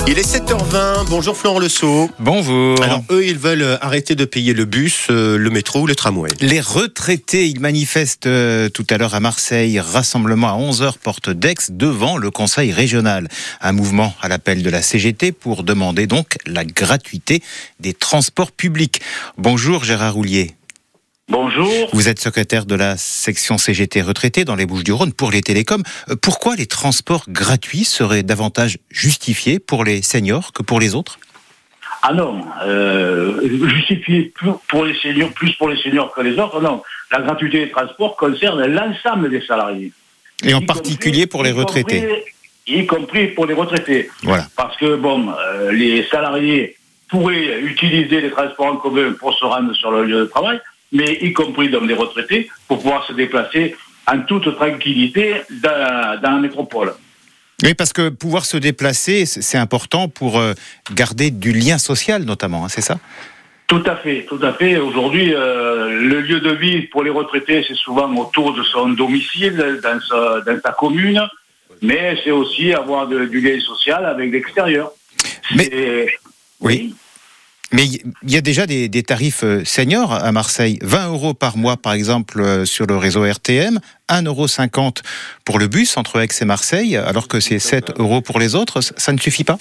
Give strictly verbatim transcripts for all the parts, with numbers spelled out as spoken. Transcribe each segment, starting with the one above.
Il est sept heures vingt, bonjour Florent Le Sceau. Bonjour. Alors eux, ils veulent arrêter de payer le bus, euh, le métro ou le tramway. Les retraités, ils manifestent euh, tout à l'heure à Marseille, rassemblement à onze heures porte d'Aix devant le conseil régional. Un mouvement à l'appel de la C G T pour demander donc la gratuité des transports publics. Bonjour Gérard Houllier. Bonjour. Vous êtes secrétaire de la section C G T retraités dans les Bouches-du-Rhône pour les télécoms. Pourquoi les transports gratuits seraient davantage justifiés pour les seniors que pour les autres ? Ah non, euh, justifié pour les seniors, plus pour les seniors que les autres, non. La gratuité des transports concerne l'ensemble des salariés. Et en y particulier compris, pour les retraités. Y compris, y compris pour les retraités. Voilà. Parce que, bon, euh, les salariés pourraient utiliser les transports en commun pour se rendre sur le lieu de travail, mais y compris donc les retraités, pour pouvoir se déplacer en toute tranquillité dans, dans la métropole. Oui, parce que pouvoir se déplacer, c'est important pour garder du lien social notamment, hein, c'est ça ? Tout à fait, tout à fait. Aujourd'hui, euh, le lieu de vie pour les retraités, c'est souvent autour de son domicile, dans sa, dans sa commune, mais c'est aussi avoir de, du lien social avec l'extérieur. Mais, c'est... oui. oui. Mais il y a déjà des, des tarifs seniors à Marseille. vingt euros par mois, par exemple, sur le réseau R T M. un euro cinquante pour le bus entre Aix et Marseille, alors que c'est sept euros pour les autres. Ça ne suffit pas ?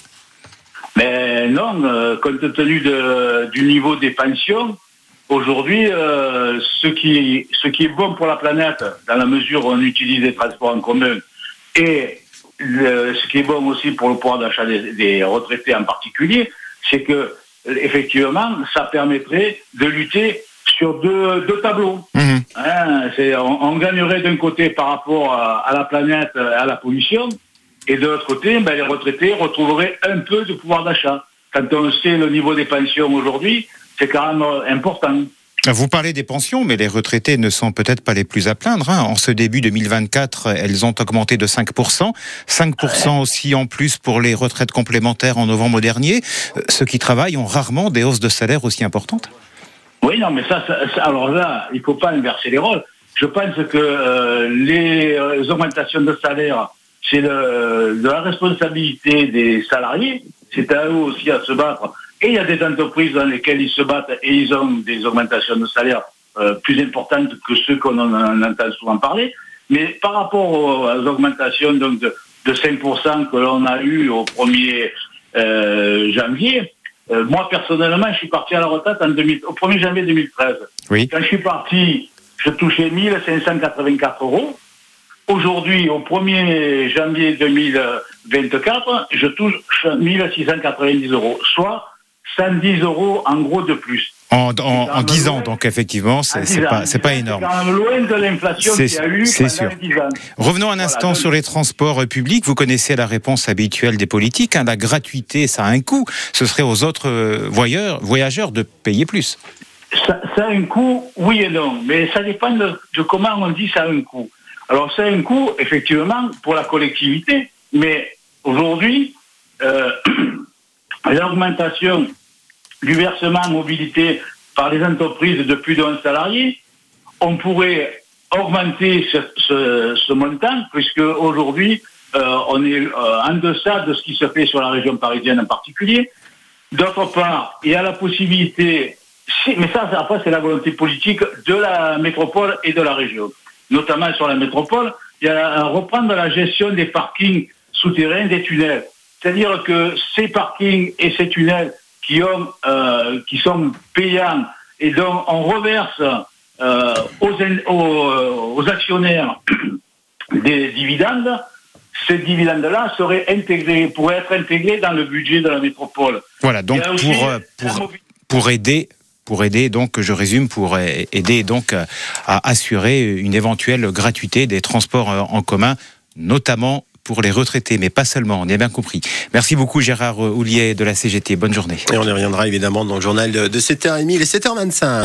Mais non, euh, compte tenu de, du niveau des pensions, aujourd'hui, euh, ce, qui, ce qui est bon pour la planète, dans la mesure où on utilise les transports en commun, et le, ce qui est bon aussi pour le pouvoir d'achat des, des retraités en particulier, c'est que effectivement, ça permettrait de lutter sur deux, deux tableaux. Mmh. Hein, c'est, on, on gagnerait d'un côté par rapport à, à la planète, à la pollution, et de l'autre côté, ben, les retraités retrouveraient un peu de pouvoir d'achat. Quand on sait le niveau des pensions aujourd'hui, c'est quand même important. Vous parlez des pensions, mais les retraités ne sont peut-être pas les plus à plaindre. Hein. En ce début deux mille vingt-quatre, elles ont augmenté de cinq pour cent. cinq pour cent aussi en plus pour les retraites complémentaires en novembre dernier. Ceux qui travaillent ont rarement des hausses de salaire aussi importantes. Oui, non, mais ça, ça, ça alors là, il ne faut pas inverser les rôles. Je pense que euh, les augmentations de salaire, c'est le, de la responsabilité des salariés. C'est à eux aussi à se battre. Et il y a des entreprises dans lesquelles ils se battent et ils ont des augmentations de salaire euh, plus importantes que ceux qu'on en, en entend souvent parler. Mais par rapport aux, aux augmentations donc, de, de cinq pour cent que l'on a eues au premier euh, janvier, euh, moi personnellement, je suis parti à la retraite en deux mille, au premier janvier deux mille treize. Oui. Quand je suis parti, je touchais mille cinq cent quatre-vingt-quatre euros. Aujourd'hui, au premier janvier deux mille vingt-quatre, je touche mille six cent quatre-vingt-dix euros, soit cent dix euros en gros de plus. En, en, en dix ans, donc effectivement, c'est, c'est, pas, c'est pas énorme. C'est quand même loin de l'inflation qu'il y a eu pendant sûr. dix ans. Revenons un instant voilà, donc... sur les transports publics. Vous connaissez la réponse habituelle des politiques. Hein, la gratuité, ça a un coût. Ce serait aux autres voyageurs, voyageurs de payer plus. Ça, ça a un coût, oui et non. Mais ça dépend de, de comment on dit ça a un coût. Alors, ça a un coût, effectivement, pour la collectivité. Mais aujourd'hui, euh, l'augmentation du versement mobilité par les entreprises de plus d'un salarié, on pourrait augmenter ce, ce, ce montant, puisque aujourd'hui, euh, on est euh, en deçà de ce qui se fait sur la région parisienne en particulier. D'autre part, il y a la possibilité, mais ça, après, c'est la volonté politique de la métropole et de la région. Notamment sur la métropole, il y a à reprendre la gestion des parkings souterrains, des tunnels. C'est-à-dire que ces parkings et ces tunnels qui, ont, euh, qui sont payants et dont on reverse euh, aux, aux, aux actionnaires des dividendes, ces dividendes-là seraient intégrés, pourraient être intégrés dans le budget de la métropole. Voilà, donc pour, pour, pour aider... Pour aider, donc, je résume, pour aider donc à assurer une éventuelle gratuité des transports en commun, notamment pour les retraités, mais pas seulement, on y a bien compris. Merci beaucoup Gérard Houllier de la C G T, bonne journée. Et on y reviendra évidemment dans le journal de sept heures trente, il est sept heures vingt-cinq.